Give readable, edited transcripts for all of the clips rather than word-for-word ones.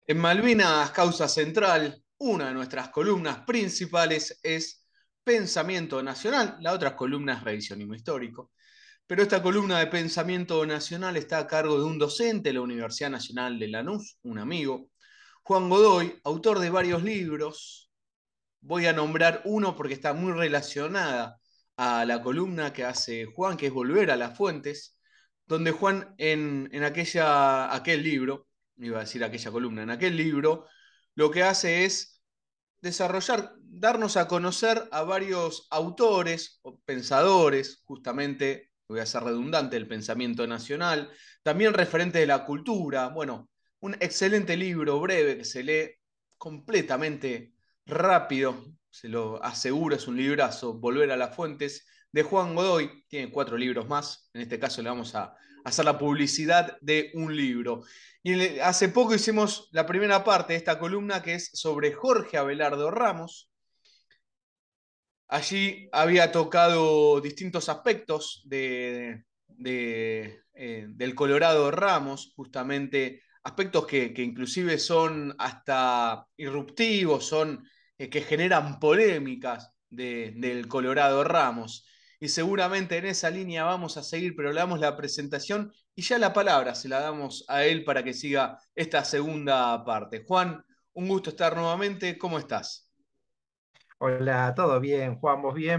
En Malvinas Causa Central, una de nuestras columnas principales es Pensamiento Nacional, la otra columna es Revisionismo Histórico. Pero esta columna de Pensamiento Nacional está a cargo de un docente de la Universidad Nacional de Lanús, un amigo, Juan Godoy, autor de varios libros. Voy a nombrar uno porque está muy relacionada a la columna que hace Juan, que es Volver a las Fuentes, donde Juan en aquel libro, iba a decir aquella columna, en aquel libro, lo que hace es desarrollar, darnos a conocer a varios autores o pensadores, justamente, voy a ser redundante, el pensamiento nacional, también referente de la cultura. Bueno, un excelente libro, breve, que se lee completamente rápido, se lo aseguro, es un librazo, Volver a las Fuentes, de Juan Godoy, tiene 4 libros más, en este caso le vamos a hacer la publicidad de un libro. Y hace poco hicimos la primera parte de esta columna que es sobre Jorge Abelardo Ramos. Allí había tocado distintos aspectos del Colorado Ramos, justamente aspectos que inclusive son hasta irruptivos, son que generan polémicas del Colorado Ramos. Y seguramente en esa línea vamos a seguir, pero le damos la presentación y ya la palabra se la damos a él para que siga esta segunda parte. Juan, un gusto estar nuevamente. ¿Cómo estás? Hola, ¿todo bien? Juan, ¿vos bien?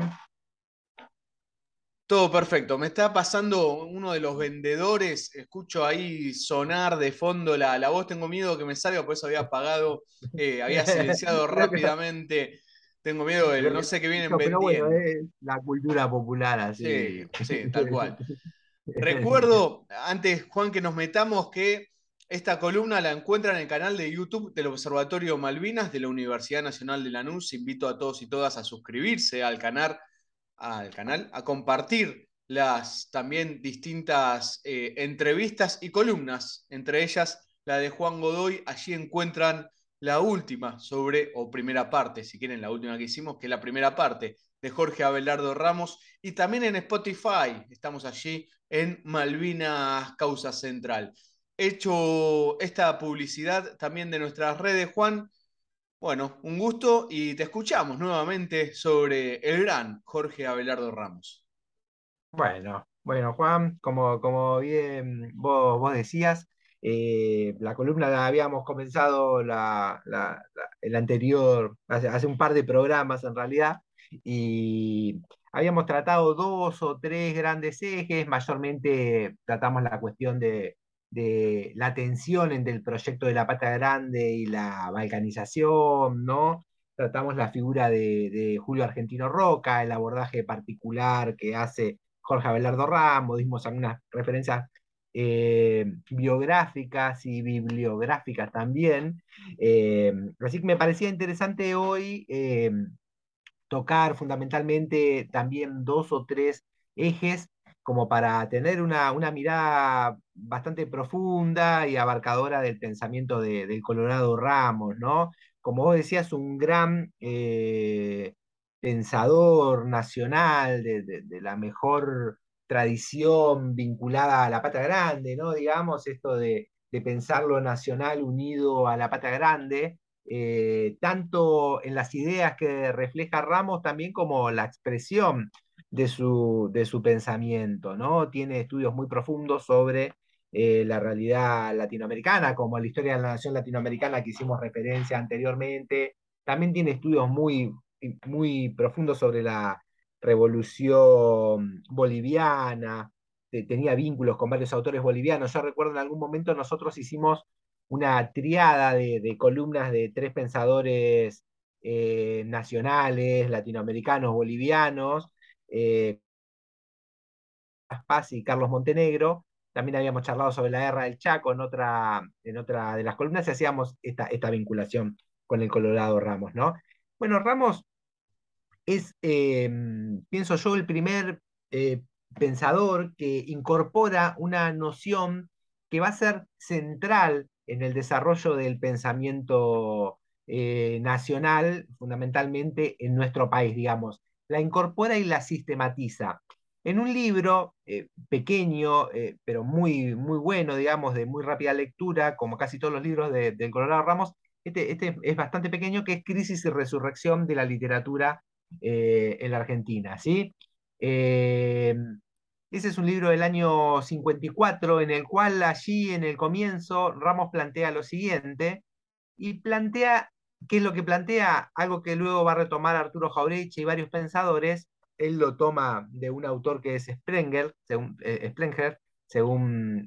Todo perfecto. Me está pasando uno de los vendedores. Escucho ahí sonar de fondo la voz. Tengo miedo que me salga, por eso había apagado, había silenciado Creo que, rápidamente. Tengo miedo del creo no que sé qué vienen no, pero bueno, vendiendo. es la cultura popular Sí, así. sí, tal cual. Recuerdo, antes, Juan, que nos metamos que esta columna la encuentran en el canal de YouTube del Observatorio Malvinas de la Universidad Nacional de Lanús. Invito a todos y todas a suscribirse al canal, a compartir las también distintas entrevistas y columnas, entre ellas la de Juan Godoy. Allí encuentran la última sobre, o primera parte, si quieren, la última que hicimos, que es la primera parte de Jorge Abelardo Ramos. Y también en Spotify, estamos allí en Malvinas Causa Central. Hecho esta publicidad también de nuestras redes, Juan. Bueno, un gusto y te escuchamos nuevamente sobre el gran Jorge Abelardo Ramos. Bueno, Juan, como bien vos decías, la columna la habíamos comenzado el anterior, hace un par de programas en realidad, y habíamos tratado dos o tres grandes ejes. Mayormente tratamos la cuestión de la tensión entre el proyecto de la Pata Grande y la balcanización, ¿no? Tratamos la figura de Julio Argentino Roca, el abordaje particular que hace Jorge Abelardo Ramos. Dimos algunas referencias biográficas y bibliográficas también. Así que me parecía interesante hoy tocar fundamentalmente también dos o tres ejes como para tener una mirada bastante profunda y abarcadora del pensamiento del Colorado Ramos, ¿no? Como vos decías, un gran pensador nacional de la mejor tradición vinculada a la pata grande, ¿no? Digamos, esto de pensar lo nacional unido a la pata grande, tanto en las ideas que refleja Ramos, también como la expresión de su pensamiento, ¿no? Tiene estudios muy profundos sobre la realidad latinoamericana, como la historia de la nación latinoamericana que hicimos referencia anteriormente. También tiene estudios muy profundos sobre la revolución boliviana. Tenía vínculos con varios autores bolivianos. Yo recuerdo en algún momento nosotros hicimos una triada de columnas de tres pensadores nacionales, latinoamericanos, bolivianos, eh, Paz y Carlos Montenegro. También habíamos charlado sobre la guerra del Chaco en otra de las columnas y hacíamos esta vinculación con el Colorado Ramos, ¿no? Bueno, Ramos es, pienso yo, el primer eh, pensador que incorpora una noción que va a ser central en el desarrollo del pensamiento nacional, fundamentalmente en nuestro país, digamos. La incorpora y la sistematiza. en un libro pequeño, pero muy, muy bueno, digamos, de muy rápida lectura, como casi todos los libros del Colorado Ramos. Este es bastante pequeño, que es Crisis y Resurrección de la Literatura en la Argentina, ¿sí? Eh, Ese es un libro del año 54, en el cual allí en el comienzo Ramos plantea lo siguiente, y plantea, ¿qué es lo que plantea? Algo que luego va a retomar Arturo Jauretche y varios pensadores. Él lo toma de un autor que es Sprenger, según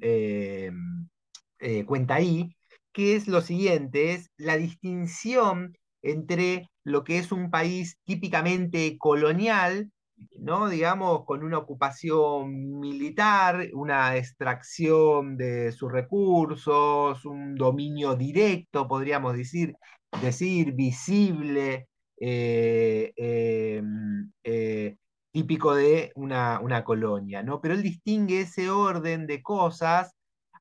cuenta ahí, que es lo siguiente, es la distinción entre lo que es un país típicamente colonial, ¿no? Digamos, con una ocupación militar, una extracción de sus recursos, un dominio directo, podríamos decir visible, eh, eh, eh, típico de una colonia, ¿no? Pero él distingue ese orden de cosas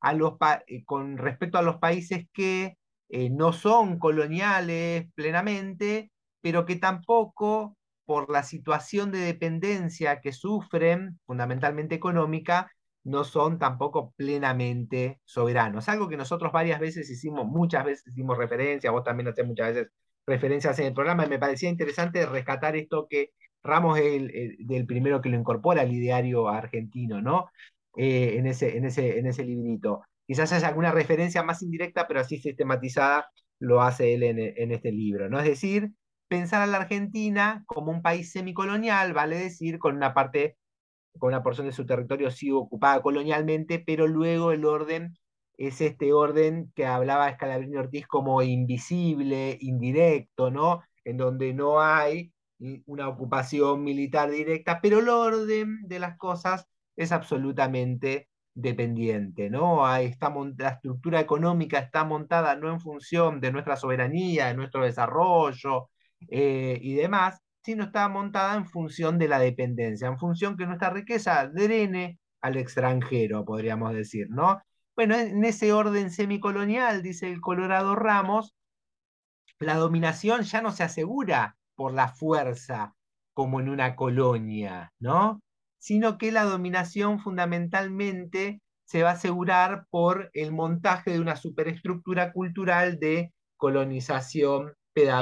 con respecto a los países que no son coloniales plenamente, pero que tampoco, por la situación de dependencia que sufren, fundamentalmente económica, no son tampoco plenamente soberanos. Algo que nosotros muchas veces hicimos referencia, vos también hacés muchas veces referencias en el programa, y me parecía interesante rescatar esto que Ramos es del primero que lo incorpora al ideario argentino, ¿no? En ese librito. Quizás haya alguna referencia más indirecta, pero así sistematizada lo hace él en este libro, ¿no? Es decir, pensar a la Argentina como un país semicolonial, vale decir, con una porción de su territorio sí ocupada colonialmente, pero luego el orden es este orden que hablaba Scalabrini Ortiz como invisible, indirecto, ¿no? En donde no hay una ocupación militar directa, pero el orden de las cosas es absolutamente dependiente, ¿no? La estructura económica está montada no en función de nuestra soberanía, de nuestro desarrollo y demás, sino está montada en función de la dependencia, en función que nuestra riqueza drene al extranjero, podríamos decir, ¿no? Bueno, en ese orden semicolonial, dice el Colorado Ramos, la dominación ya no se asegura por la fuerza como en una colonia, ¿no? Sino que la dominación fundamentalmente se va a asegurar por el montaje de una superestructura cultural de colonización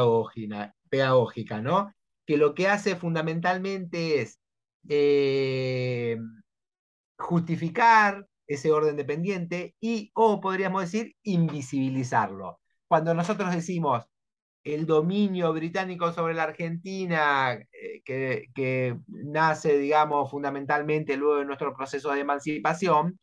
pedagógica, ¿no? Que lo que hace fundamentalmente es eh, justificar ese orden dependiente o podríamos decir invisibilizarlo. Cuando nosotros decimos el dominio británico sobre la Argentina, que nace, digamos, fundamentalmente luego de nuestro proceso de emancipación,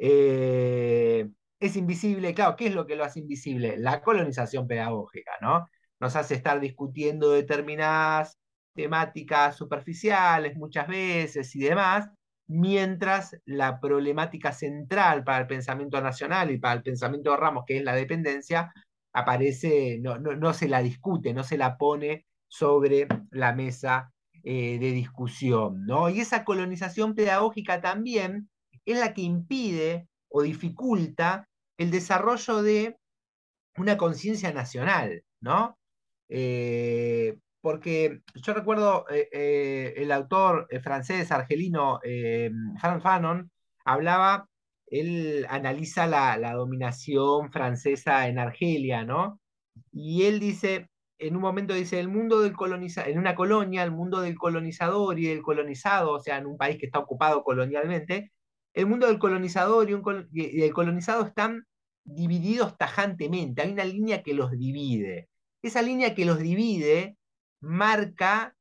es invisible. Claro, ¿qué es lo que lo hace invisible? La colonización pedagógica, ¿no? Nos hace estar discutiendo determinadas temáticas superficiales muchas veces y demás, mientras la problemática central para el pensamiento nacional y para el pensamiento de Ramos, que es la dependencia, aparece, no se la discute, no se la pone sobre la mesa de discusión, ¿no? Y esa colonización pedagógica también es la que impide o dificulta el desarrollo de una conciencia nacional, ¿no? Porque yo recuerdo el autor francés argelino Franz Fanon hablaba, él analiza la dominación francesa en Argelia, ¿no? Y él dice, en un momento dice, en una colonia, el mundo del colonizador y del colonizado, o sea, en un país que está ocupado colonialmente, el mundo del colonizador y el colonizado están divididos tajantemente, hay una línea que los divide. Esa línea que los divide marca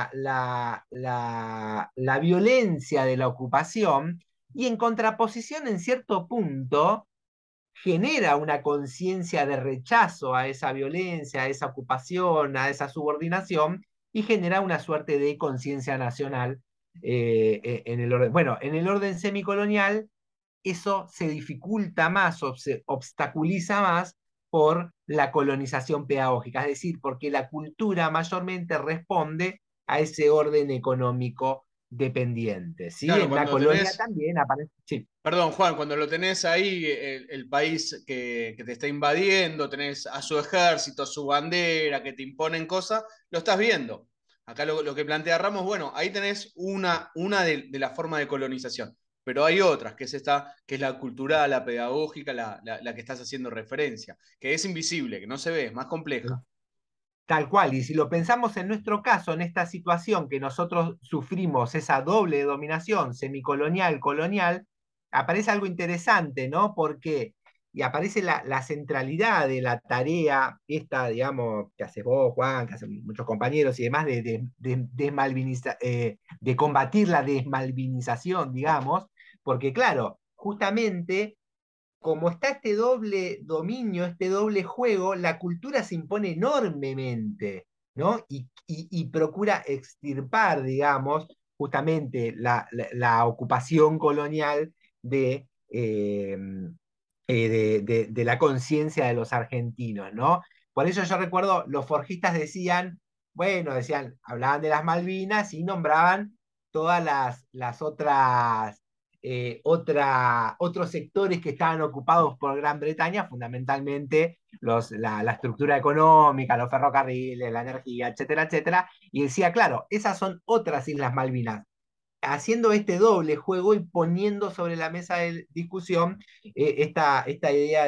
la violencia de la ocupación y en contraposición, en cierto punto, genera una conciencia de rechazo a esa violencia, a esa ocupación, a esa subordinación, y genera una suerte de conciencia nacional en el orden. Bueno, en el orden semicolonial eso se dificulta más o se obstaculiza más por la colonización pedagógica, es decir, porque la cultura mayormente responde a ese orden económico dependiente. ¿Sí? Claro, En una cuando colonia tenés, también aparece. Sí. perdón Juan, cuando lo tenés ahí, el país que te está invadiendo, tenés a su ejército, su bandera, que te imponen cosas, lo estás viendo. Acá lo que plantea Ramos, bueno, ahí tenés una de la forma de colonización, pero hay otras, que es esta, que es la cultural, la pedagógica, la que estás haciendo referencia, que es invisible, que no se ve, es más compleja. Tal cual, y si lo pensamos en nuestro caso, en esta situación que nosotros sufrimos esa doble dominación semicolonial, colonial, aparece algo interesante, ¿no? Porque, y aparece la centralidad de la tarea, esta, digamos, que haces vos, Juan, que hacen muchos compañeros y demás, de combatir la desmalvinización, digamos, porque claro, justamente como está este doble dominio, este doble juego, la cultura se impone enormemente, ¿no? Y procura extirpar, digamos, justamente la ocupación colonial de la conciencia de los argentinos, ¿no? Por eso yo recuerdo, los forjistas decían, bueno, decían, hablaban de las Malvinas y nombraban todas las otros sectores que estaban ocupados por Gran Bretaña, fundamentalmente la estructura económica, los ferrocarriles, la energía, etcétera, etcétera, y decía, claro, esas son otras Islas Malvinas, haciendo este doble juego y poniendo sobre la mesa de discusión esta idea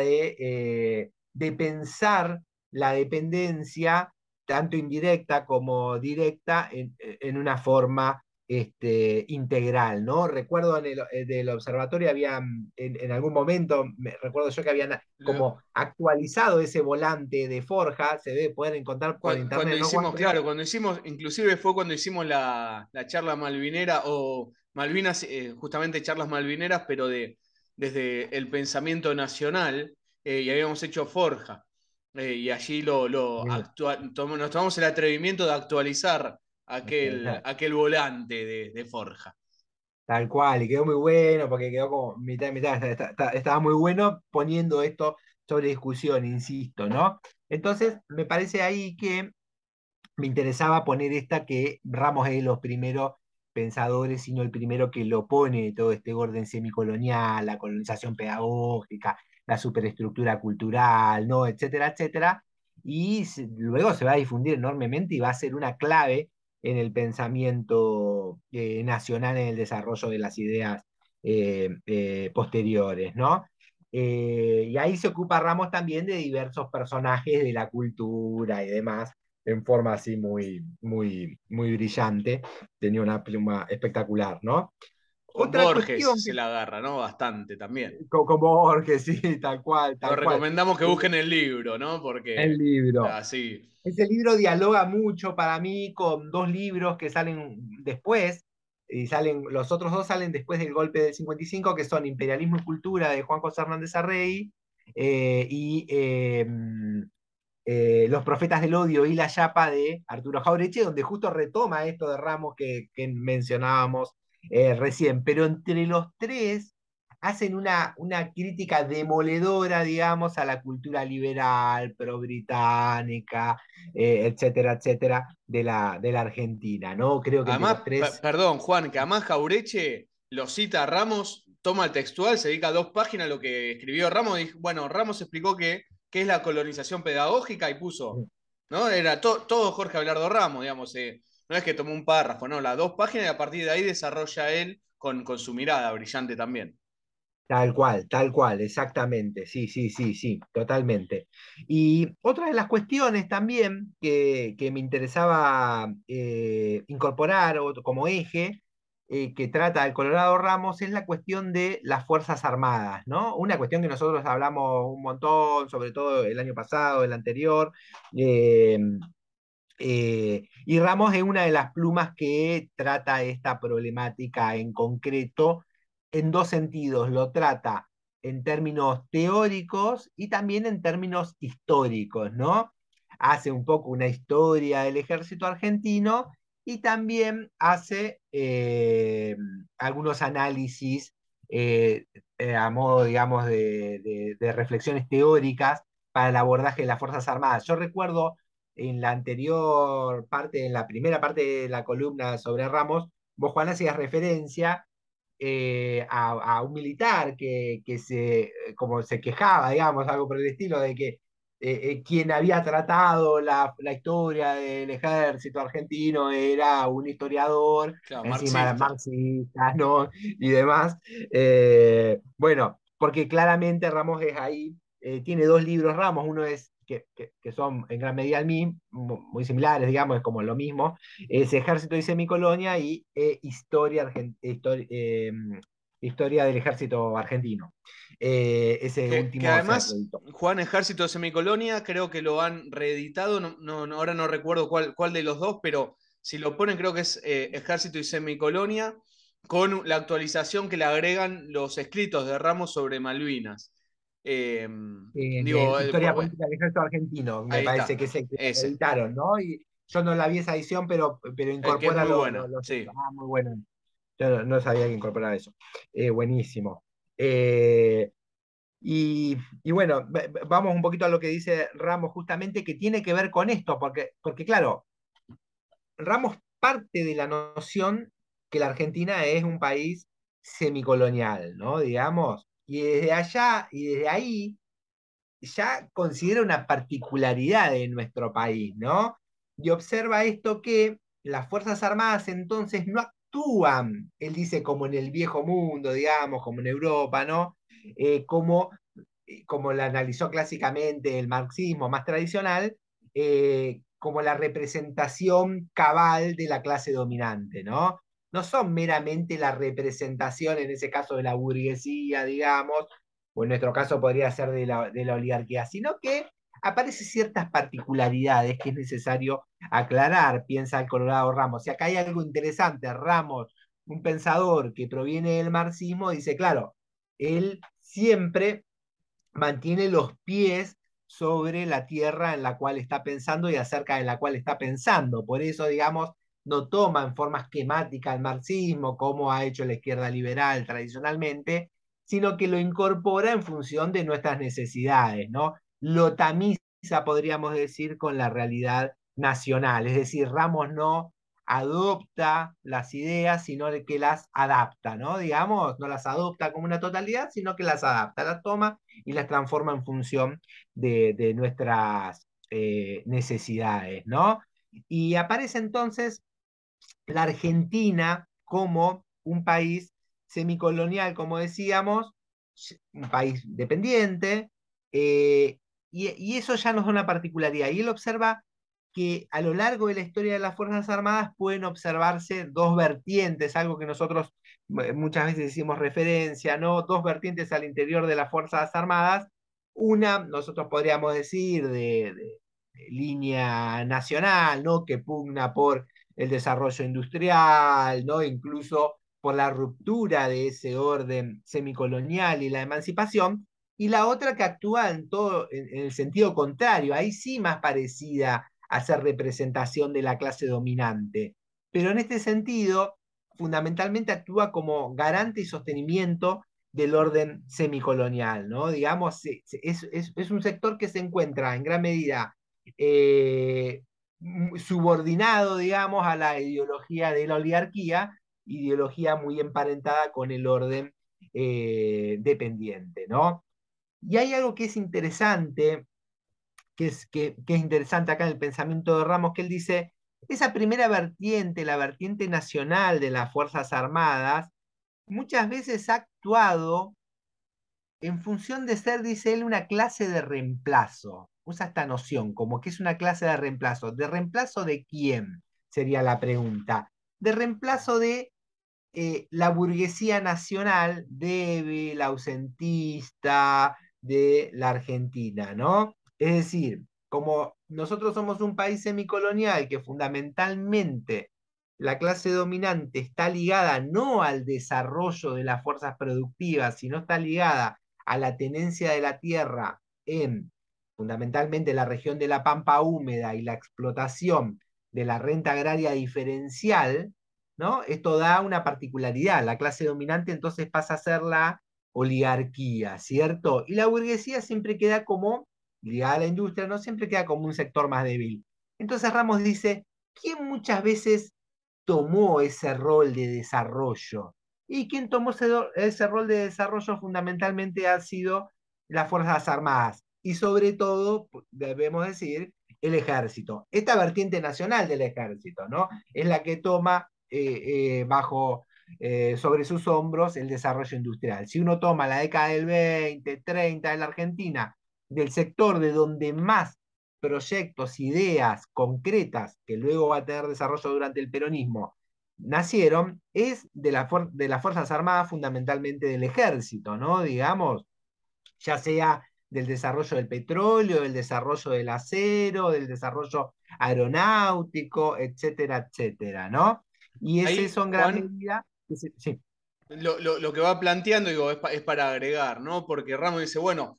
de pensar la dependencia, tanto indirecta como directa, en una forma integral, ¿no? Recuerdo del observatorio había, en algún momento, recuerdo yo que habían Lo- como actualizado ese volante de Forja, se debe poder encontrar por Cuando internet, ¿no, Juan? hicimos, Pero claro, cuando hicimos, inclusive fue cuando hicimos la charla malvinera o Malvinas, justamente charlas malvineras, pero desde el pensamiento nacional, y habíamos hecho Forja. Y allí nos tomamos el atrevimiento de actualizar aquel volante de Forja. tal cual, y quedó muy bueno porque quedó como mitad y mitad, estaba muy bueno poniendo esto sobre discusión, insisto, ¿no? Entonces, me parece ahí que me interesaba poner esta que Ramos es de los primeros pensadores, sino el primero que lo pone todo este orden semicolonial, la colonización pedagógica, la superestructura cultural, ¿no? Etcétera, etcétera. Y luego se va a difundir enormemente y va a ser una clave en el pensamiento nacional, en el desarrollo de las ideas posteriores, ¿no? Y ahí se ocupa Ramos también de diversos personajes de la cultura y demás, en forma así muy brillante. Tenía una pluma espectacular, ¿no? Con Otra Borges cuestión se que, la agarra, ¿no? Bastante también. como Borges, sí, tal cual, Lo tal cual. recomendamos que busquen el libro, ¿no? El Porque libro. así. Ese libro dialoga mucho para mí con dos libros que salen después, y los otros dos salen después del golpe del 55, que son Imperialismo y Cultura de Juan José Hernández Arrey y Los Profetas del Odio y La Chapa de Arturo Jaureche, donde justo retoma esto de Ramos que mencionábamos recién. Pero entre los tres hacen una crítica demoledora, digamos, a la cultura liberal, pro-británica, etcétera, etcétera, de la Argentina, ¿no? Creo que entre Además, los tres. perdón, Juan, que además Jaureche lo cita a Ramos, toma el textual, se dedica 2 páginas a lo que escribió Ramos. Bueno, Ramos explicó qué es la colonización pedagógica y puso, ¿no? Era todo Jorge Abelardo Ramos, digamos. No es que tomó un párrafo, no, las 2 páginas y a partir de ahí desarrolla él con su mirada brillante también. Tal cual, exactamente. Sí, sí, sí, sí, totalmente. Y otra de las cuestiones también que me interesaba incorporar como eje que trata el Colorado Ramos es la cuestión de las Fuerzas Armadas, ¿no? Una cuestión que nosotros hablamos un montón, sobre todo el año pasado, el anterior. eh, y Ramos es una de las plumas que trata esta problemática en concreto en dos sentidos. Lo trata en términos teóricos y también en términos históricos, ¿no? Hace un poco una historia del ejército argentino y también hace algunos análisis a modo, digamos, de reflexiones teóricas para el abordaje de las Fuerzas Armadas. Yo recuerdo en la anterior parte, en la primera parte de la columna sobre Ramos, vos, Juan, hacías referencia a un militar que como se quejaba, digamos, algo por el estilo, de que quien había tratado la historia del ejército argentino era un historiador, Claro, encima era marxista. marxista, ¿no? Y demás. Bueno, porque claramente Ramos es ahí, tiene dos libros Ramos, uno es que son en gran medida al mismo, muy similares, digamos, es como lo mismo, es Ejército y Semicolonia y Historia del Ejército Argentino. Ese Que último se además, reeditó. Juan Ejército de Semicolonia, creo que lo han reeditado, ahora no recuerdo cuál de los dos, pero si lo ponen creo que es Ejército y Semicolonia, con la actualización que le agregan los escritos de Ramos sobre Malvinas. Eh, De digo, Historia Política del Ejército Argentino, me ahí parece está, que es el que ese, editaron, ¿no? Y yo no la vi esa edición, pero que es incorpora muy buena, los hechos. sí. Ah, muy bueno. Yo no sabía que incorporaba eso. Buenísimo. Eh, y bueno, vamos un poquito a lo que dice Ramos justamente, que tiene que ver con esto, porque claro, Ramos parte de la noción que la Argentina es un país semicolonial, ¿no? Digamos, y desde allá y desde ahí ya considera una particularidad de nuestro país, ¿no? Y observa esto que las Fuerzas Armadas entonces no actúan, él dice, como en el viejo mundo, digamos, como en Europa, ¿no? Como la analizó clásicamente el marxismo más tradicional, como la representación cabal de la clase dominante, ¿no? No son meramente la representación, en ese caso, de la burguesía, digamos, o en nuestro caso podría ser de la oligarquía, sino que aparecen ciertas particularidades que es necesario aclarar, piensa el Colorado Ramos. Y acá hay algo interesante, Ramos, un pensador que proviene del marxismo, dice, claro, él siempre mantiene los pies sobre la tierra en la cual está pensando y acerca de la cual está pensando. Por eso, digamos, no toma en forma esquemática el marxismo, como ha hecho la izquierda liberal tradicionalmente, sino que lo incorpora en función de nuestras necesidades, ¿no? Lo tamiza, podríamos decir, con la realidad nacional. Es decir, Ramos no adopta las ideas, sino que las adapta, ¿no? Digamos, no las adopta como una totalidad, sino que las adapta, las toma y las transforma en función de nuestras necesidades, ¿no? Y aparece entonces la Argentina como un país semicolonial, como decíamos, un país dependiente, eh, y eso ya nos da una particularidad. Y él observa que a lo largo de la historia de las Fuerzas Armadas pueden observarse dos vertientes, algo que nosotros muchas veces decimos referencia, ¿no? Dos vertientes al interior de las Fuerzas Armadas. Una, nosotros podríamos decir, de línea nacional, ¿no? Que pugna por el desarrollo industrial, ¿no? Incluso por la ruptura de ese orden semicolonial y la emancipación, y la otra que actúa en el sentido contrario, ahí sí más parecida a ser representación de la clase dominante. Pero en este sentido, fundamentalmente actúa como garante y sostenimiento del orden semicolonial, ¿no? Digamos, es un sector que se encuentra en gran medida eh, subordinado, digamos, a la ideología de la oligarquía, ideología muy emparentada con el orden dependiente, ¿no? Y hay algo que es interesante, que es interesante acá en el pensamiento de Ramos, que él dice, esa primera vertiente, la vertiente nacional de las Fuerzas Armadas, muchas veces ha actuado en función de ser, dice él, una clase de reemplazo. Usa esta noción, como que es una clase de reemplazo. ¿De reemplazo de quién? Sería la pregunta. De reemplazo de la burguesía nacional débil, ausentista de la Argentina, ¿no? Es decir, como nosotros somos un país semicolonial que fundamentalmente la clase dominante está ligada no al desarrollo de las fuerzas productivas, sino está ligada a la tenencia de la tierra en fundamentalmente la región de la Pampa húmeda y la explotación de la renta agraria diferencial, ¿no? Esto da una particularidad. La clase dominante entonces pasa a ser la oligarquía, ¿cierto? Y la burguesía siempre queda como, ligada a la industria, no siempre queda como un sector más débil. Entonces Ramos dice, ¿quién muchas veces tomó ese rol de desarrollo? Y quien tomó ese rol de desarrollo fundamentalmente ha sido las Fuerzas Armadas. y sobre todo, debemos decir, el ejército. Esta vertiente nacional del ejército, ¿no? Es la que toma sobre sus hombros el desarrollo industrial. Si uno toma la década del 20, 30 de la Argentina, del sector de donde más proyectos, ideas concretas, que luego va a tener desarrollo durante el peronismo, nacieron, es de las Fuerzas Armadas, fundamentalmente del ejército, ¿no? Digamos, ya sea del desarrollo del petróleo, del desarrollo del acero, del desarrollo aeronáutico, etcétera, etcétera, ¿no? Y es Ahí, eso en gran Juan, medida. Sí, lo que va planteando, digo, es para agregar, ¿no? Porque Ramos dice, bueno,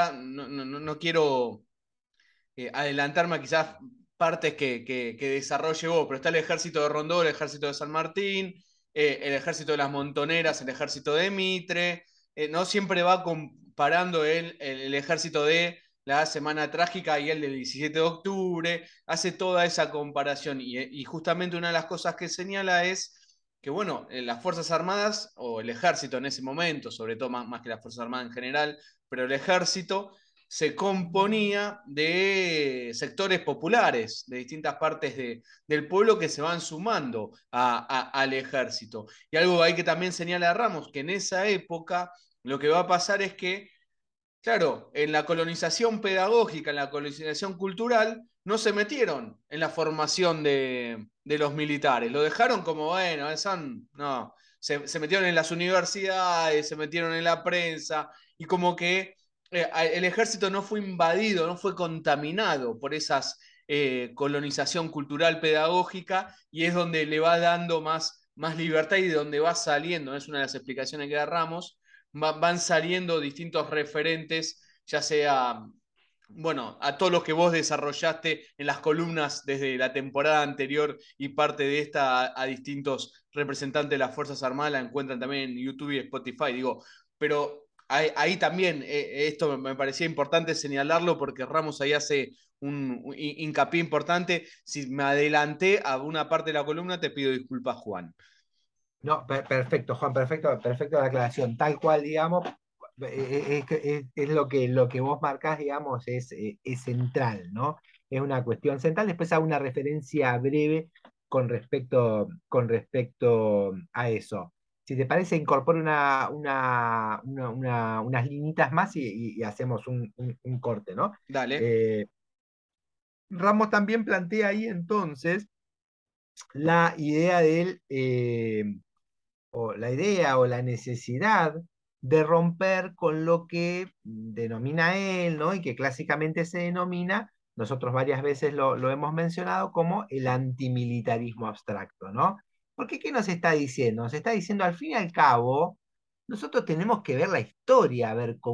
no quiero adelantarme a quizás partes que desarrolle vos, pero está el ejército de Rondó, el ejército de San Martín, el ejército de las Montoneras, el ejército de Mitre, no siempre va comparando el ejército de la Semana Trágica y el del 17 de octubre, hace toda esa comparación y justamente una de las cosas que señala es que, bueno, las Fuerzas Armadas o el ejército en ese momento, sobre todo más que las Fuerzas Armadas en general, pero el ejército se componía de sectores populares de distintas partes del pueblo que se van sumando al ejército. Y algo ahí que también señala Ramos, que en esa época lo que va a pasar es que, claro, en la colonización pedagógica, en la colonización cultural, no se metieron en la formación de los militares, lo dejaron como, bueno, son, no, se metieron en las universidades, se metieron en la prensa, y como que el ejército no fue invadido, no fue contaminado por esas colonización cultural pedagógica, y es donde le va dando más libertad y de donde va saliendo, es una de las explicaciones que da Ramos, van saliendo distintos referentes, ya sea, bueno, a todos los que vos desarrollaste en las columnas desde la temporada anterior y parte de esta a distintos representantes de las Fuerzas Armadas, la encuentran también en YouTube y Spotify, digo, pero ahí también esto me parecía importante señalarlo porque Ramos ahí hace un hincapié importante. Si me adelanté a una parte de la columna, te pido disculpas, Juan. no, perfecto, Juan, perfecto, perfecto la aclaración. Tal cual, digamos, es lo que vos marcás, digamos, es central, ¿no? Es una cuestión central. Después hago una referencia breve con respecto a eso. Si te parece, incorporo unas linitas más y hacemos un corte, ¿no? Dale, Eh, Ramos también plantea ahí entonces la idea o la idea o la necesidad de romper con lo que denomina él, ¿no? Y que clásicamente se denomina, nosotros varias veces lo hemos mencionado como el antimilitarismo abstracto, ¿no? Porque ¿qué nos está diciendo? Nos está diciendo al fin y al cabo, nosotros tenemos que ver la historia, a ver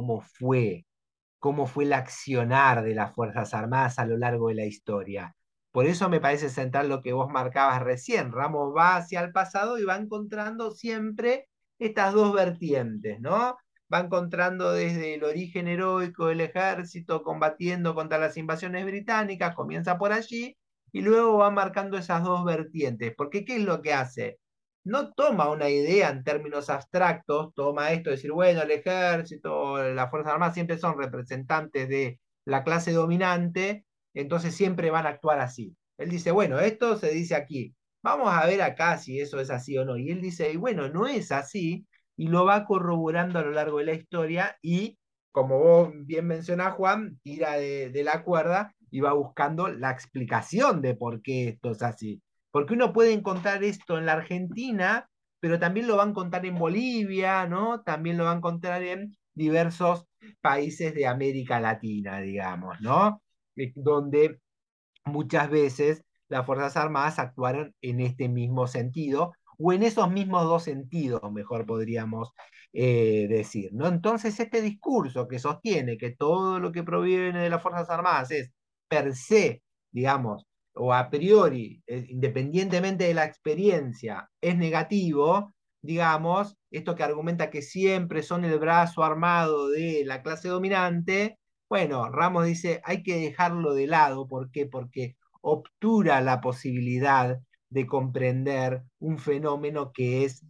cómo fue el accionar de las Fuerzas Armadas a lo largo de la historia. Por eso me parece central lo que vos marcabas recién. Ramos va hacia el pasado y va encontrando siempre estas dos vertientes, ¿no? Va encontrando desde el origen heroico del ejército combatiendo contra las invasiones británicas, comienza por allí, y luego va marcando esas dos vertientes. Porque ¿qué es lo que hace? No toma una idea en términos abstractos, toma esto de decir, bueno, el ejército, las Fuerzas Armadas siempre son representantes de la clase dominante, entonces siempre van a actuar así. Él dice, bueno, esto se dice aquí, vamos a ver acá si eso es así o no. Y él dice, y bueno, no es así, y lo va corroborando a lo largo de la historia y, como vos bien mencionás, Juan, tira de la cuerda y va buscando la explicación de por qué esto es así. Porque uno puede encontrar esto en la Argentina, pero también lo va a encontrar en Bolivia, ¿no? También lo va a encontrar en diversos países de América Latina, digamos, ¿no? Donde muchas veces las Fuerzas Armadas actuaron en este mismo sentido, o en esos mismos dos sentidos, mejor podríamos decir, ¿no? Entonces, este discurso que sostiene que todo lo que proviene de las Fuerzas Armadas es per se, digamos, o a priori, independientemente de la experiencia, es negativo, digamos, esto que argumenta que siempre son el brazo armado de la clase dominante, bueno, Ramos dice, hay que dejarlo de lado. ¿Por qué? Porque obtura la posibilidad de comprender un fenómeno que es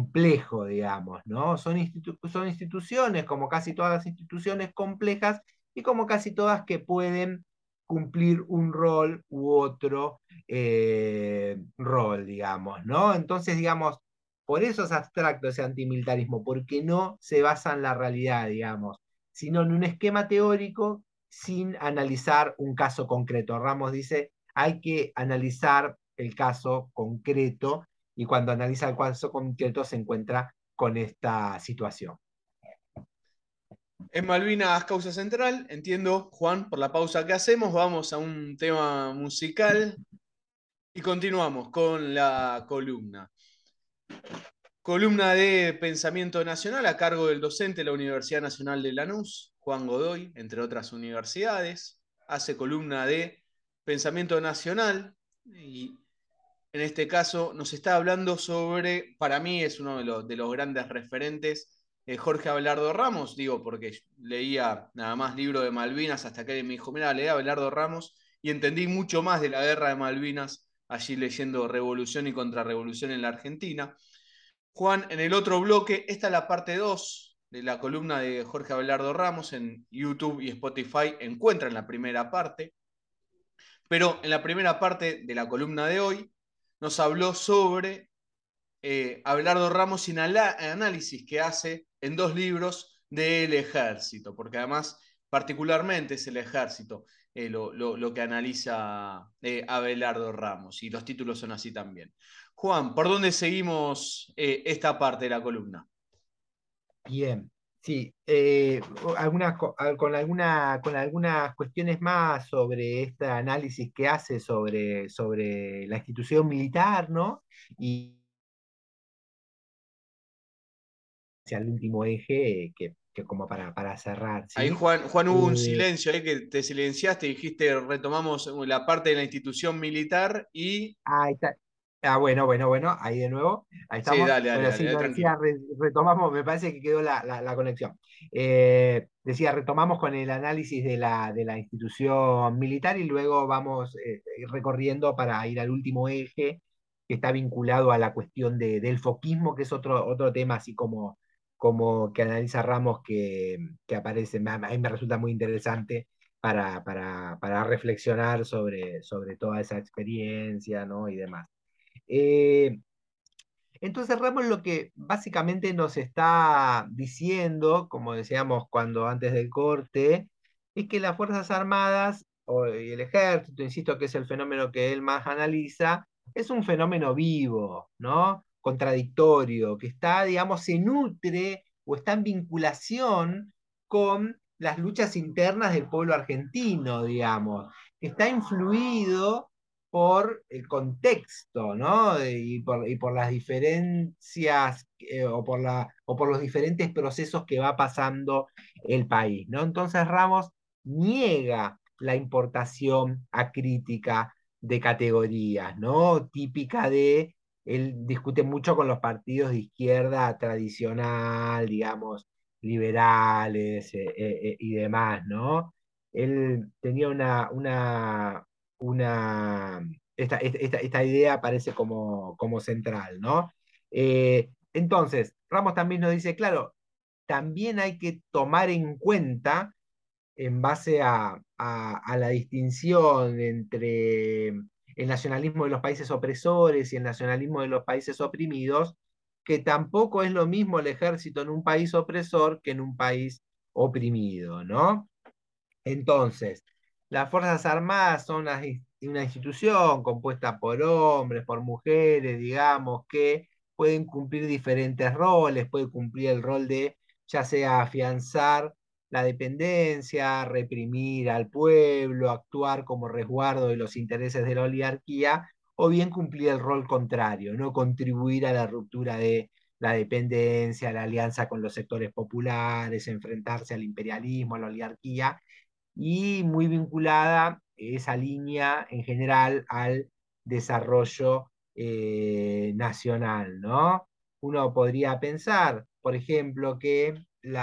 complejo, digamos, ¿no? Son instituciones, como casi todas las instituciones complejas, y como casi todas que pueden cumplir un rol u otro rol, digamos, ¿no? Entonces, digamos, por eso es abstracto ese antimilitarismo, porque no se basa en la realidad, digamos, sino en un esquema teórico sin analizar un caso concreto. Ramos dice, hay que analizar el caso concreto y cuando analiza el caso concreto se encuentra con esta situación. En Malvinas, causa central. Entiendo, Juan, por la pausa que hacemos, vamos a un tema musical y continuamos con la columna. Columna de Pensamiento Nacional a cargo del docente de la Universidad Nacional de Lanús, Juan Godoy, entre otras universidades. Hace columna de Pensamiento Nacional y en este caso nos está hablando sobre, para mí es uno de los grandes referentes, Jorge Abelardo Ramos, digo porque leía nada más libro de Malvinas hasta que él me dijo, mira, leí a Abelardo Ramos y entendí mucho más de la guerra de Malvinas allí leyendo Revolución y Contrarrevolución en la Argentina. Juan, en el otro bloque, esta es la parte 2 de la columna de Jorge Abelardo Ramos en YouTube y Spotify, encuentran la primera parte, pero en la primera parte de la columna de hoy nos habló sobre Abelardo Ramos y el análisis que hace en dos libros del ejército, porque además particularmente es el ejército lo que analiza Abelardo Ramos y los títulos son así también. Juan, ¿por dónde seguimos esta parte de la columna? Bien, sí, con algunas cuestiones más sobre este análisis que hace sobre la institución militar, ¿no? Y hacia el último eje, que como para cerrar, Ahí, ¿sí? Juan, Juan, hubo un Eh, silencio ahí que te silenciaste, dijiste retomamos la parte de la institución militar y... Ahí está. Ah, bueno, ahí de nuevo, ahí Sí, estamos. dale, dale, Bueno, dale, sí, dale, nos tranquilo. decía, retomamos, me parece que quedó la conexión. Decía, retomamos con el análisis de la institución militar y luego vamos recorriendo para ir al último eje que está vinculado a la cuestión del foquismo, que es otro tema así como que analiza Ramos que aparece, a mí me resulta muy interesante para reflexionar sobre toda esa experiencia, ¿no? Y demás. Eh, entonces Ramos lo que básicamente nos está diciendo, como decíamos cuando antes del corte, es que las Fuerzas Armadas y el ejército, insisto que es el fenómeno que él más analiza, es un fenómeno vivo, ¿no? Contradictorio, que está, digamos, se nutre o está en vinculación con las luchas internas del pueblo argentino, digamos, que está influido por el contexto, ¿no? Y por las diferencias o por los diferentes procesos que va pasando el país, ¿no? Entonces Ramos niega la importación acrítica de categorías, ¿no? Típica él discute mucho con los partidos de izquierda tradicional, digamos, liberales y demás, ¿no? Él tenía una, esta idea aparece como central, ¿no? Entonces, Ramos también nos dice, claro, también hay que tomar en cuenta, en base a la distinción entre el nacionalismo de los países opresores y el nacionalismo de los países oprimidos, que tampoco es lo mismo el ejército en un país opresor que en un país oprimido, ¿no? Entonces, las Fuerzas Armadas son una institución compuesta por hombres, por mujeres, digamos, que pueden cumplir diferentes roles, puede cumplir el rol de ya sea afianzar la dependencia, reprimir al pueblo, actuar como resguardo de los intereses de la oligarquía, o bien cumplir el rol contrario, no contribuir a la ruptura de la dependencia, la alianza con los sectores populares, enfrentarse al imperialismo, a la oligarquía y muy vinculada esa línea en general al desarrollo nacional, ¿no? Uno podría pensar, por ejemplo, que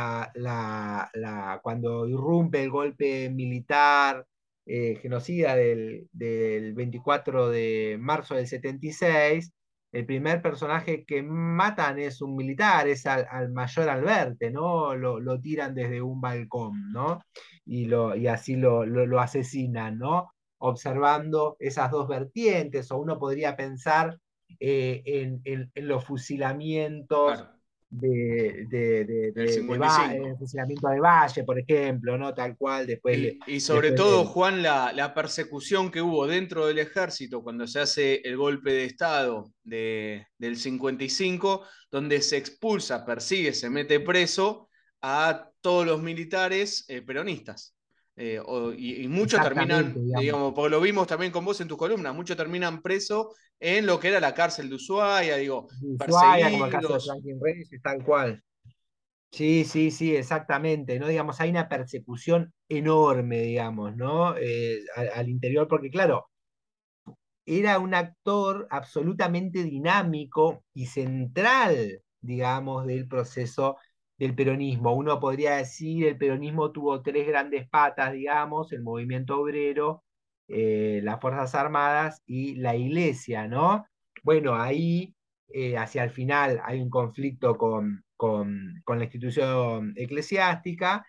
cuando irrumpe el golpe militar genocida del 24 de marzo del 76, el primer personaje que matan es un militar, es al mayor Alberte, ¿no? Lo tiran desde un balcón, ¿no? Y así lo asesinan, ¿no? Observando esas dos vertientes, o uno podría pensar en los fusilamientos Claro, del 55. fusilamiento de Valle, por ejemplo, ¿no? Tal cual, Y sobre después todo, de, Juan, la persecución que hubo dentro del ejército cuando se hace el golpe de Estado del 55, donde se expulsa, persigue, se mete preso a todos los militares peronistas. Y muchos exactamente, terminan, digamos. digamos, porque lo vimos también con vos en tus columnas, muchos terminan presos en lo que era la cárcel de Ushuaia, digo, De Ushuaia, como el caso de perseguidos. Franklin Reyes, tal cual. Sí, sí, sí, exactamente, ¿no? Digamos, hay una persecución enorme, digamos, ¿no? Al interior, porque claro, era un actor absolutamente dinámico y central, digamos, del proceso del peronismo. Uno podría decir, el peronismo tuvo tres grandes patas, digamos, el movimiento obrero, las Fuerzas Armadas y la Iglesia, ¿no? Bueno, ahí, hacia el final, hay un conflicto con la institución eclesiástica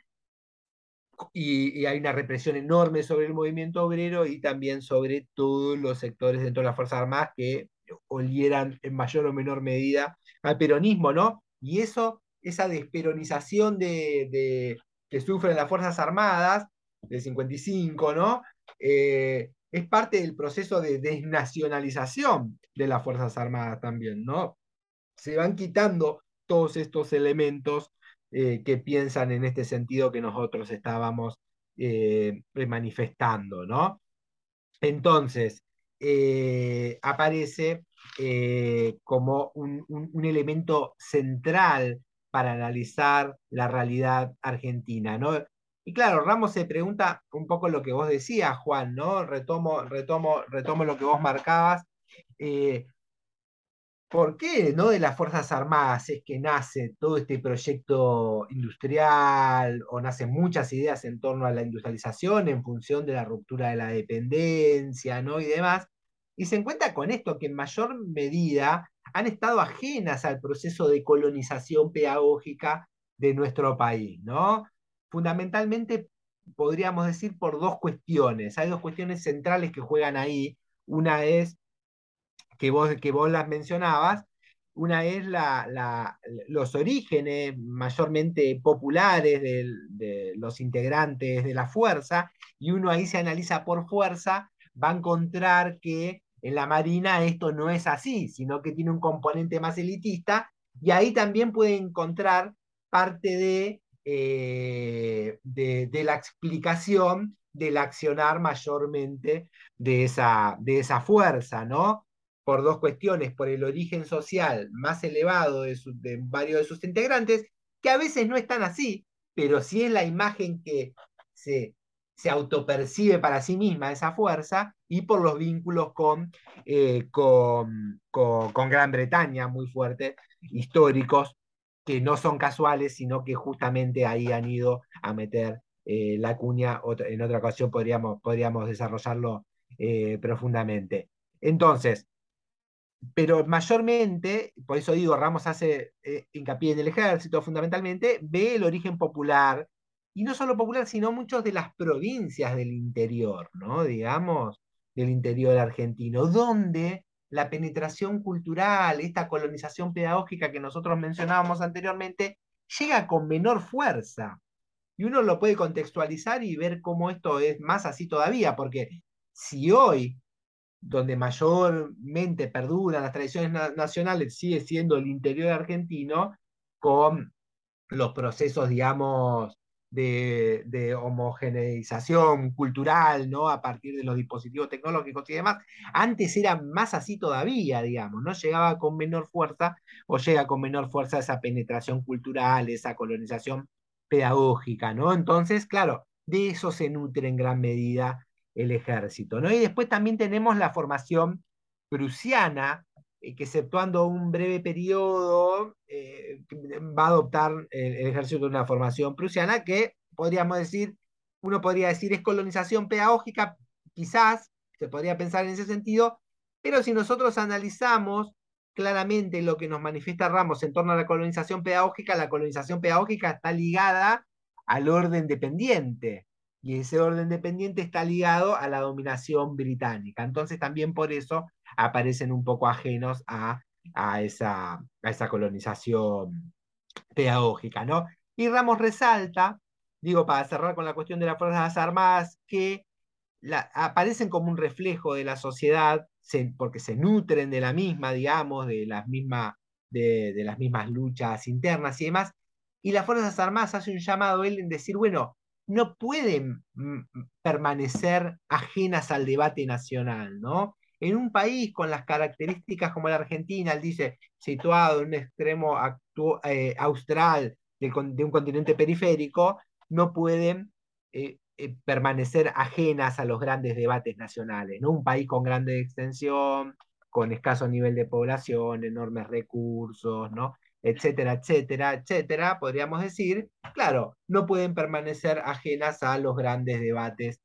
y hay una represión enorme sobre el movimiento obrero y también sobre todos los sectores dentro de las Fuerzas Armadas que olieran en mayor o menor medida al peronismo, ¿no? Y eso, esa desperonización que sufren las Fuerzas Armadas del 55, ¿no? Es parte del proceso de desnacionalización de las Fuerzas Armadas también, ¿no? Se van quitando todos estos elementos que piensan en este sentido que nosotros estábamos manifestando, ¿no? Entonces, aparece como un elemento central para analizar la realidad argentina, ¿no? Y claro, Ramos se pregunta un poco lo que vos decías, Juan, ¿no? Retomo lo que vos marcabas. Eh, ¿Por qué, no, de las Fuerzas Armadas es que nace todo este proyecto industrial o nacen muchas ideas en torno a la industrialización en función de la ruptura de la dependencia, ¿no? Y demás? Y se encuentra con esto que en mayor medida han estado ajenas al proceso de colonización pedagógica de nuestro país, ¿no? Fundamentalmente podríamos decir por dos cuestiones. Hay dos cuestiones centrales que juegan ahí. Una es que vos las mencionabas. Una es los orígenes mayormente populares de los integrantes de la fuerza, y uno ahí se analiza por fuerza, va a encontrar que en la Marina esto no es así, sino que tiene un componente más elitista, y ahí también puede encontrar parte de la explicación del accionar mayormente de esa fuerza, ¿no? Por dos cuestiones, por el origen social más elevado de varios de sus integrantes, que a veces no están así, pero sí es la imagen que se, se autopercibe para sí misma esa fuerza, y por los vínculos con Gran Bretaña muy fuertes, históricos, que no son casuales, sino que justamente ahí han ido a meter la cuña. En otra ocasión podríamos desarrollarlo profundamente. Entonces, pero mayormente, por eso digo, Ramos hace hincapié en el ejército fundamentalmente, ve el origen popular, y no solo popular, sino muchos de las provincias del interior, ¿no? Digamos, del interior argentino, donde la penetración cultural, esta colonización pedagógica que nosotros mencionábamos anteriormente, llega con menor fuerza. Y uno lo puede contextualizar y ver cómo esto es más así todavía, porque si hoy donde mayormente perduran las tradiciones nacionales, sigue siendo el interior argentino, con los procesos, digamos, de homogeneización cultural, ¿no? A partir de los dispositivos tecnológicos y demás. Antes era más así todavía, digamos, ¿no? Llegaba con menor fuerza, o llega con menor fuerza, esa penetración cultural, esa colonización pedagógica, ¿no? Entonces, claro, de eso se nutre en gran medida el ejército, ¿no? Y después también tenemos la formación prusiana, que exceptuando un breve periodo, va a adoptar el ejército de una formación prusiana que uno podría decir es colonización pedagógica, quizás se podría pensar en ese sentido, pero si nosotros analizamos claramente lo que nos manifiesta Ramos en torno a la colonización pedagógica está ligada al orden dependiente, y ese orden dependiente está ligado a la dominación británica. Entonces también por eso aparecen un poco ajenos a esa colonización pedagógica, ¿no? Y Ramos resalta, digo, para cerrar con la cuestión de las Fuerzas Armadas, que aparecen como un reflejo de la sociedad, porque se nutren de la misma, digamos, de las mismas luchas internas y demás, y las Fuerzas Armadas hacen un llamado a él en decir, bueno, no pueden permanecer ajenas al debate nacional, ¿no? En un país con las características como la Argentina, él dice, situado en un extremo austral de un continente periférico, no pueden permanecer ajenas a los grandes debates nacionales, ¿no? Un país con grande extensión, con escaso nivel de población, enormes recursos, ¿no? Etcétera, etcétera, etcétera, podríamos decir, claro, no pueden permanecer ajenas a los grandes debates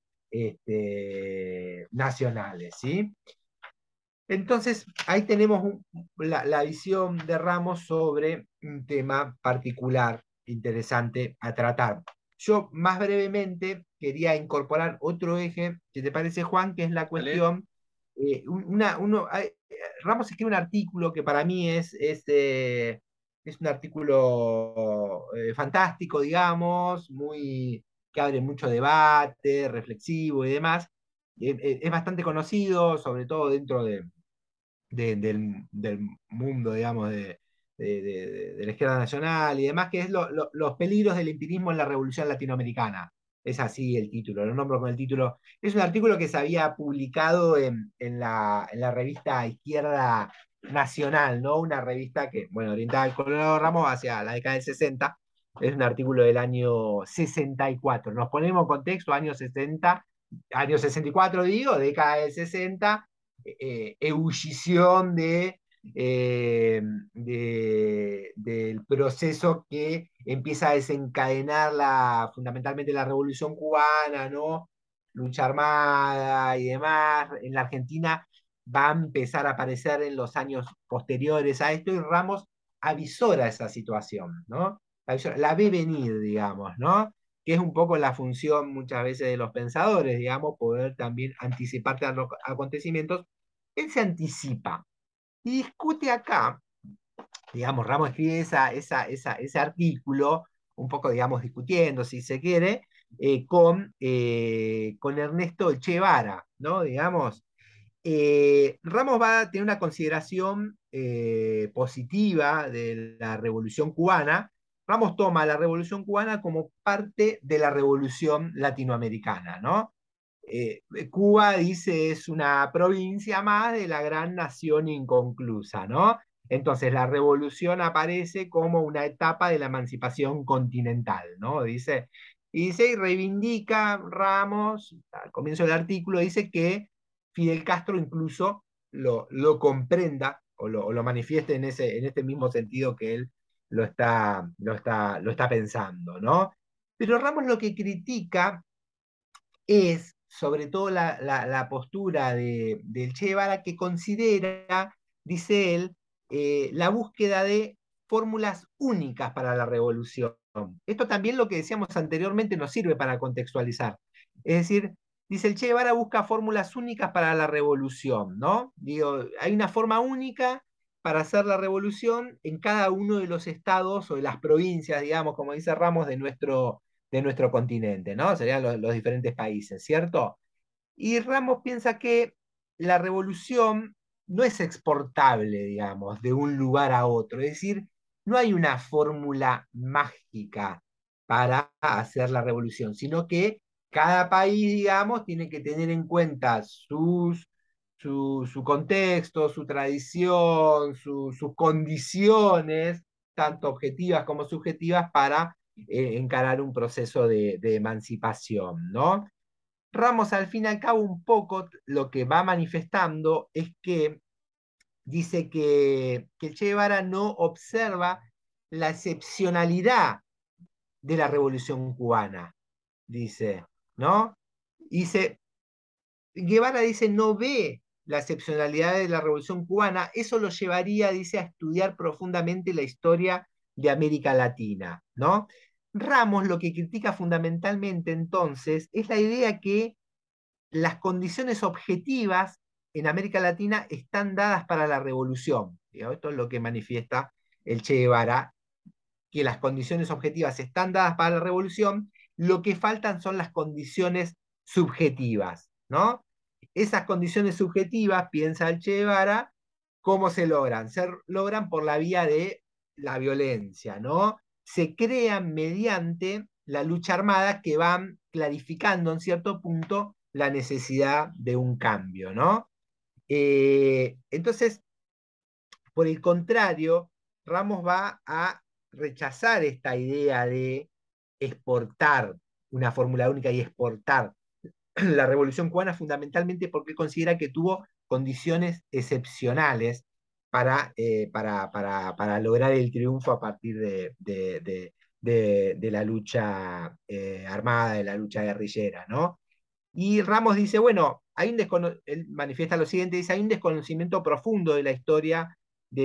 nacionales, ¿sí? Entonces, ahí tenemos la visión de Ramos sobre un tema particular, interesante a tratar. Yo más brevemente quería incorporar otro eje, si te parece, Juan, que es la ¿Vale? cuestión. Ramos escribe un artículo que para mí es un artículo fantástico, digamos, que abre mucho debate, reflexivo y demás. Es bastante conocido, sobre todo dentro del mundo, digamos, de la izquierda nacional y demás, que es los peligros del empirismo en la revolución latinoamericana. Es así el título, lo nombro con el título. Es un artículo que se había publicado en la revista Izquierda Nacional, ¿no? Una revista que, bueno, orientada al Colorado Ramos hacia la década del 60. Es un artículo del año 64. Nos ponemos en contexto, años 64 digo, década del 60, ebullición del proceso que empieza a desencadenar fundamentalmente la Revolución Cubana, ¿no? Lucha armada y demás. En la Argentina va a empezar a aparecer en los años posteriores a esto, y Ramos avisora esa situación, ¿no? La ve venir, digamos, ¿no? Que es un poco la función muchas veces de los pensadores, digamos, poder también anticiparte a los acontecimientos. Él se anticipa y discute acá, digamos, Ramos escribe ese artículo, un poco, digamos, discutiendo, si se quiere, con Ernesto Che Guevara, ¿no? Digamos, Ramos va a tener una consideración positiva de la Revolución Cubana. Ramos toma la Revolución Cubana como parte de la Revolución Latinoamericana, ¿no? Cuba, dice, es una provincia más de la gran nación inconclusa, ¿no? Entonces la revolución aparece como una etapa de la emancipación continental, ¿no? Y reivindica Ramos, al comienzo del artículo, dice que Fidel Castro incluso lo comprenda o lo manifieste en este mismo sentido que él lo está pensando, ¿no? Pero Ramos lo que critica es sobre todo la postura del Che Guevara, que considera, dice él, la búsqueda de fórmulas únicas para la revolución. Esto también, lo que decíamos anteriormente, nos sirve para contextualizar. Es decir, dice, el Che Guevara busca fórmulas únicas para la revolución, ¿no? Digo, hay una forma única para hacer la revolución en cada uno de los estados o de las provincias, digamos, como dice Ramos, de nuestro continente, ¿no? Serían los diferentes países, ¿cierto? Y Ramos piensa que la revolución no es exportable, digamos, de un lugar a otro. Es decir, no hay una fórmula mágica para hacer la revolución, sino que cada país, digamos, tiene que tener en cuenta su contexto, su tradición, sus condiciones, tanto objetivas como subjetivas, para encarar un proceso de emancipación, ¿no? Ramos, al fin y al cabo, un poco lo que va manifestando es que dice que Che Guevara no observa la excepcionalidad de la revolución cubana, dice, ¿no? Dice, Guevara dice, no ve la excepcionalidad de la Revolución Cubana, eso lo llevaría, dice, a estudiar profundamente la historia de América Latina, ¿no? Ramos lo que critica fundamentalmente entonces es la idea que las condiciones objetivas en América Latina están dadas para la revolución. Esto es lo que manifiesta el Che Guevara, que las condiciones objetivas están dadas para la revolución, lo que faltan son las condiciones subjetivas, ¿no? Esas condiciones subjetivas, piensa el Che Guevara, ¿cómo se logran? Se logran por la vía de la violencia, ¿no? Se crean mediante la lucha armada que van clarificando en cierto punto la necesidad de un cambio, ¿no? Entonces, por el contrario, Ramos va a rechazar esta idea de exportar una fórmula única y exportar la Revolución Cubana fundamentalmente porque considera que tuvo condiciones excepcionales para lograr el triunfo a partir de la lucha armada, de la lucha guerrillera, ¿no? Y Ramos dice, bueno, él manifiesta lo siguiente, dice, hay un desconocimiento profundo de la historia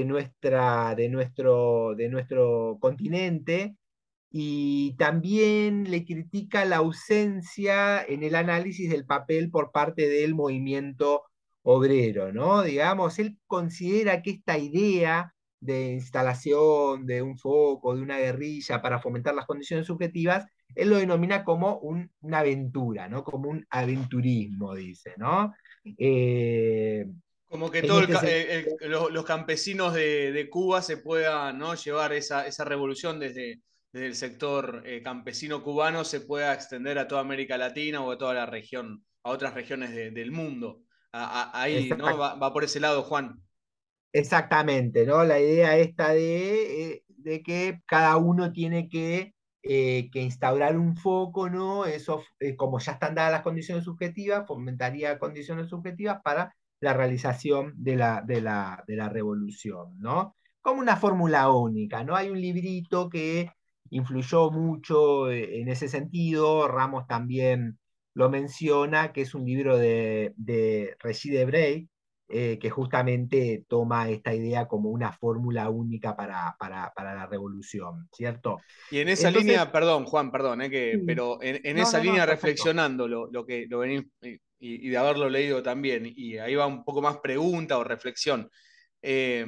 de nuestro continente y también le critica la ausencia en el análisis del papel por parte del movimiento obrero, ¿no? Digamos, él considera que esta idea de instalación de un foco, de una guerrilla para fomentar las condiciones subjetivas, él lo denomina como una aventura, ¿no? Como un aventurismo, dice, ¿no? Eh, Como que en todos este sentido, los campesinos de Cuba se puedan, ¿no? llevar esa revolución desde el sector campesino cubano, se pueda extender a toda América Latina o a toda la región, a otras regiones del mundo. Ahí, ¿no? Va por ese lado, Juan. exactamente, ¿no? La idea esta de que cada uno tiene que instaurar un foco, ¿no? Eso, como ya están dadas las condiciones subjetivas, fomentaría condiciones subjetivas para la realización de la revolución, ¿no? Como una fórmula única, ¿no? Hay un librito que influyó mucho en ese sentido, Ramos también lo menciona, que es un libro de Regis Debray, que justamente toma esta idea como una fórmula única para la revolución, ¿cierto? Y en esa Entonces, línea, perdón, Juan, perdón, sí, pero en no, esa no, no, línea perfecto. reflexionando lo que lo venís, y de haberlo leído también, y ahí va un poco más pregunta o reflexión. Eh,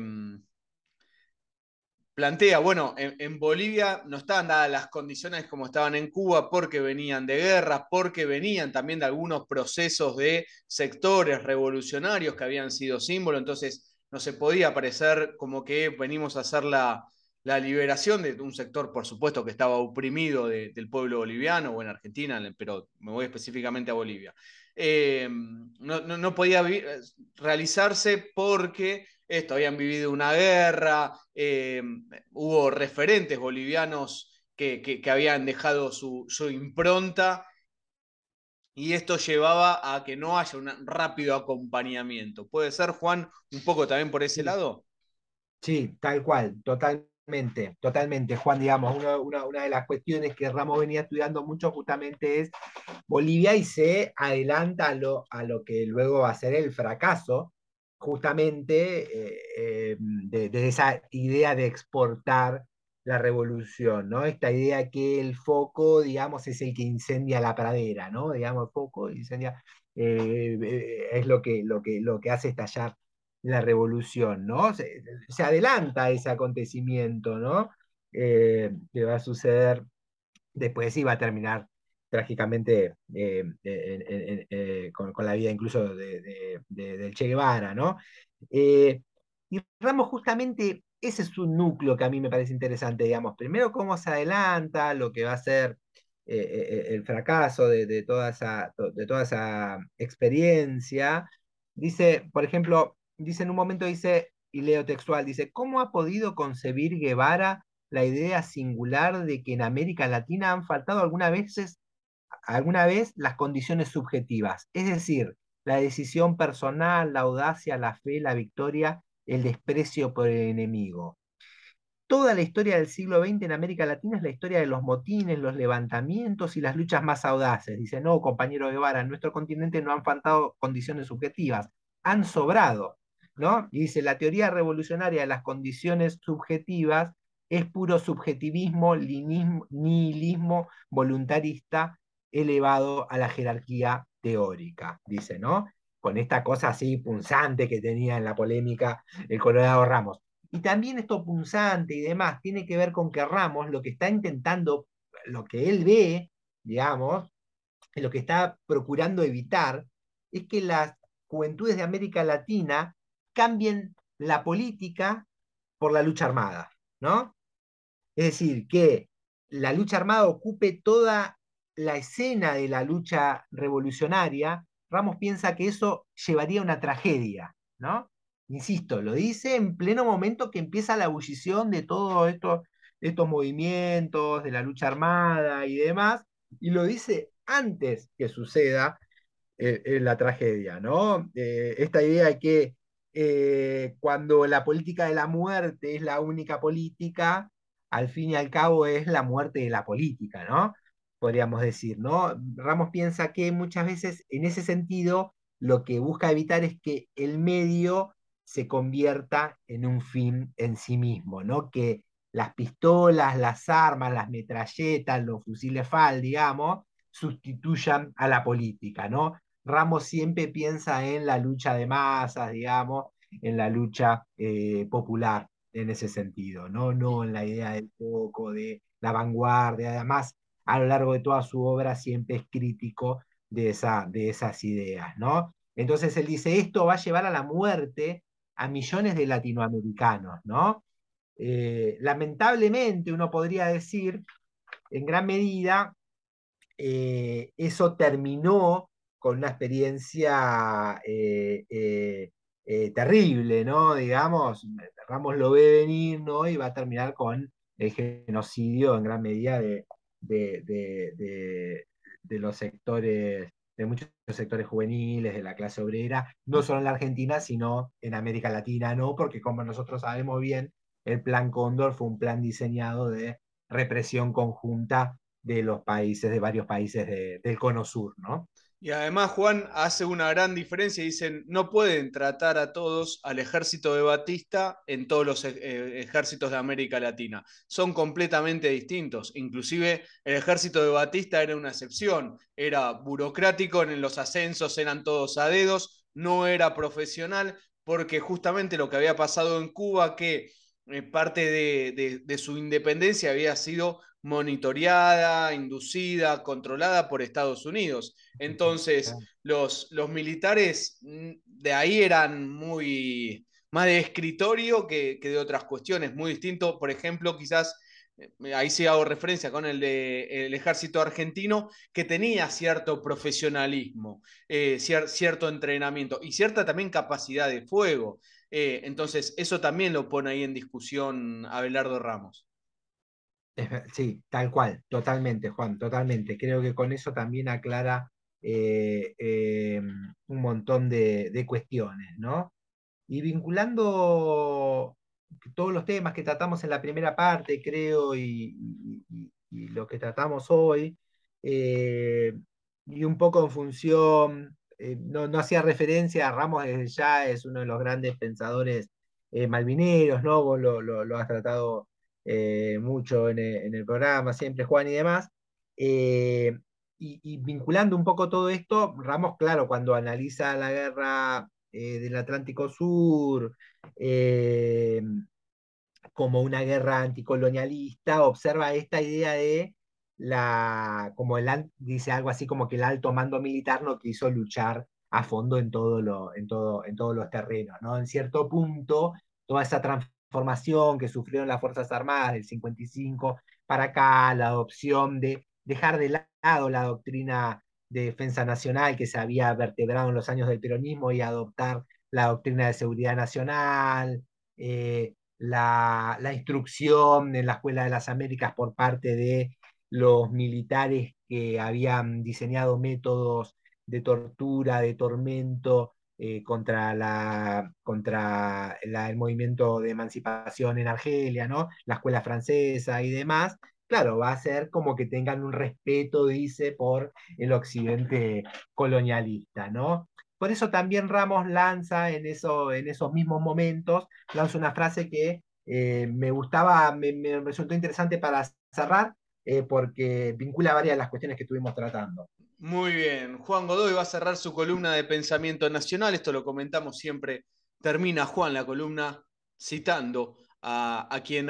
Plantea, bueno, en Bolivia no estaban dadas las condiciones como estaban en Cuba porque venían de guerras, porque venían también de algunos procesos de sectores revolucionarios que habían sido símbolo, entonces no se podía parecer como que venimos a hacer la liberación de un sector, por supuesto, que estaba oprimido del pueblo boliviano o en Argentina, pero me voy específicamente a Bolivia. No podía realizarse porque esto, habían vivido una guerra, hubo referentes bolivianos que habían dejado su impronta y esto llevaba a que no haya un rápido acompañamiento. ¿Puede ser, Juan, un poco también por ese Sí, lado? sí, tal cual, totalmente, totalmente. Juan, digamos, una de las cuestiones que Ramos venía estudiando mucho justamente es Bolivia y se adelanta a lo que luego va a ser el fracaso, justamente de esa idea de exportar la revolución, ¿no? Esta idea que el foco, digamos, es el que incendia la pradera, ¿no? Digamos, el foco incendia, es lo que hace estallar la revolución, ¿no? Se adelanta ese acontecimiento, ¿no? Que va a suceder después y va a terminar trágicamente con la vida incluso del Che Guevara, ¿no? Y Ramos justamente, ese es un núcleo que a mí me parece interesante, digamos, primero cómo se adelanta lo que va a ser el fracaso de toda esa experiencia. Dice, por ejemplo, dice en un momento, dice, y leo textual, dice, ¿cómo ha podido concebir Guevara la idea singular de que en América Latina han faltado alguna vez las condiciones subjetivas? Es decir, la decisión personal, la audacia, la fe, la victoria, el desprecio por el enemigo. Toda la historia del siglo XX en América Latina es la historia de los motines, los levantamientos y las luchas más audaces. Dice, no, compañero Guevara, en nuestro continente no han faltado condiciones subjetivas, han sobrado, ¿no? Y dice, la teoría revolucionaria de las condiciones subjetivas es puro subjetivismo, nihilismo voluntarista elevado a la jerarquía teórica, dice, ¿no? Con esta cosa así punzante que tenía en la polémica el Colorado Ramos. Y también esto punzante y demás tiene que ver con que Ramos lo que está intentando, lo que él ve, digamos, lo que está procurando evitar es que las juventudes de América Latina cambien la política por la lucha armada, ¿no? Es decir, que la lucha armada ocupe toda la escena de la lucha revolucionaria. Ramos piensa que eso llevaría a una tragedia, ¿no? Insisto, lo dice en pleno momento que empieza la ebullición de todos estos movimientos, de la lucha armada y demás, y lo dice antes que suceda la tragedia, ¿no? Esta idea de que cuando la política de la muerte es la única política, al fin y al cabo es la muerte de la política, ¿no? Podríamos decir, ¿no? Ramos piensa que muchas veces en ese sentido lo que busca evitar es que el medio se convierta en un fin en sí mismo, ¿no? Que las pistolas, las armas, las metralletas, los fusiles FAL, digamos, sustituyan a la política, ¿no? Ramos siempre piensa en la lucha de masas, digamos, en la lucha popular en ese sentido, ¿no? No en la idea del foco, de la vanguardia. Además, a lo largo de toda su obra siempre es crítico de esas ideas, ¿no? Entonces él dice, esto va a llevar a la muerte a millones de latinoamericanos, ¿no? Lamentablemente, uno podría decir, en gran medida, eso terminó con una experiencia terrible, ¿no? Digamos, Ramos lo ve venir, ¿no? Y va a terminar con el genocidio en gran medida de, de, de, de los sectores, de muchos sectores juveniles, de la clase obrera, no solo en la Argentina, sino en América Latina, ¿no? Porque como nosotros sabemos bien, el Plan Cóndor fue un plan diseñado de represión conjunta de los países, de varios países del cono sur, ¿no? Y además Juan hace una gran diferencia, dicen, no pueden tratar a todos al ejército de Batista en todos los ejércitos de América Latina, son completamente distintos, inclusive el ejército de Batista era una excepción, era burocrático, en los ascensos eran todos a dedos, no era profesional, porque justamente lo que había pasado en Cuba, que parte de su independencia había sido monitoreada, inducida, controlada por Estados Unidos. Entonces, los militares de ahí eran muy más de escritorio que de otras cuestiones, muy distinto, por ejemplo, quizás ahí sí hago referencia con el ejército argentino, que tenía cierto profesionalismo, cierto entrenamiento y cierta también capacidad de fuego. Entonces, eso también lo pone ahí en discusión Abelardo Ramos. Sí, tal cual, totalmente, Juan, totalmente. Creo que con eso también aclara un montón de cuestiones, ¿no? Y vinculando todos los temas que tratamos en la primera parte, creo, y lo que tratamos hoy, eh, y un poco en función, no hacía referencia a Ramos desde ya, es uno de los grandes pensadores malvineros, ¿no? Vos lo has tratado mucho en el programa, siempre, Juan y demás. Eh, y vinculando un poco todo esto, Ramos, claro, cuando analiza la guerra del Atlántico Sur, eh, como una guerra anticolonialista, observa esta idea de como dice algo así como que el alto mando militar no quiso luchar a fondo en todos los terrenos, ¿no? En cierto punto, toda esa transformación que sufrieron las Fuerzas Armadas del 55 para acá, la adopción de dejar de lado la doctrina de defensa nacional que se había vertebrado en los años del peronismo y adoptar la doctrina de seguridad nacional, la instrucción en la Escuela de las Américas por parte de los militares que habían diseñado métodos de tortura, de tormento el movimiento de emancipación en Argelia, ¿no? La escuela francesa y demás. Claro, va a ser como que tengan un respeto, dice, por el occidente colonialista, ¿no? Por eso también Ramos lanza en esos mismos momentos, lanza una frase que me gustaba, me resultó interesante para cerrar, porque vincula varias de las cuestiones que estuvimos tratando. Muy bien. Juan Godoy va a cerrar su columna de pensamiento nacional. Esto lo comentamos siempre. Termina Juan la columna citando a quien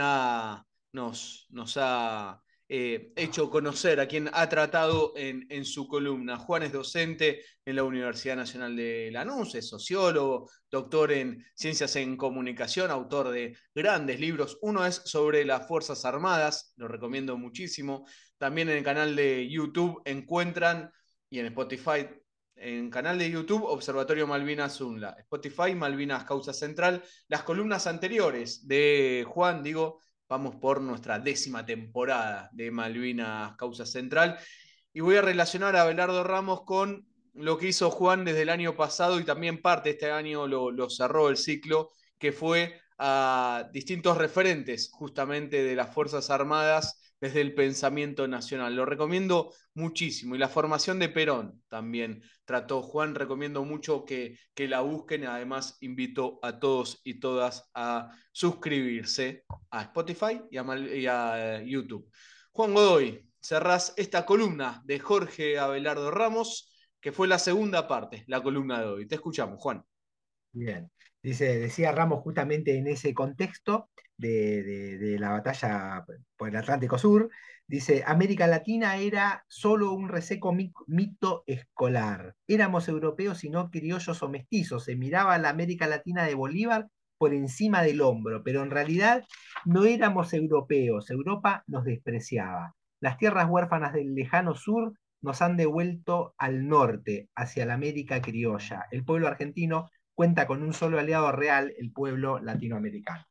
nos ha hecho conocer, a quien ha tratado en su columna. Juan es docente en la Universidad Nacional de Lanús, es sociólogo, doctor en ciencias en comunicación, autor de grandes libros. Uno es sobre las Fuerzas Armadas, lo recomiendo muchísimo. También en el canal de YouTube encuentran y en Spotify, en canal de YouTube, Observatorio Malvinas UNLA, Spotify, Malvinas Causa Central, las columnas anteriores de Juan, digo, vamos por nuestra 10ª temporada de Malvinas Causa Central, y voy a relacionar a Abelardo Ramos con lo que hizo Juan desde el año pasado y también parte de este año lo cerró el ciclo, que fue a distintos referentes justamente de las Fuerzas Armadas desde el pensamiento nacional. Lo recomiendo muchísimo. Y la formación de Perón también trató Juan. Recomiendo mucho que la busquen. Además, invito a todos y todas a suscribirse a Spotify y a YouTube. Juan Godoy, cerrás esta columna de Jorge Abelardo Ramos, que fue la segunda parte, la columna de hoy. Te escuchamos, Juan. Bien. Decía Ramos justamente en ese contexto de la batalla por el Atlántico Sur, dice, América Latina era solo un reseco mito escolar. Éramos europeos y no criollos o mestizos. Se miraba a la América Latina de Bolívar por encima del hombro, pero en realidad no éramos europeos. Europa nos despreciaba. Las tierras huérfanas del lejano sur nos han devuelto al norte, hacia la América criolla. El pueblo argentino cuenta con un solo aliado real, el pueblo latinoamericano.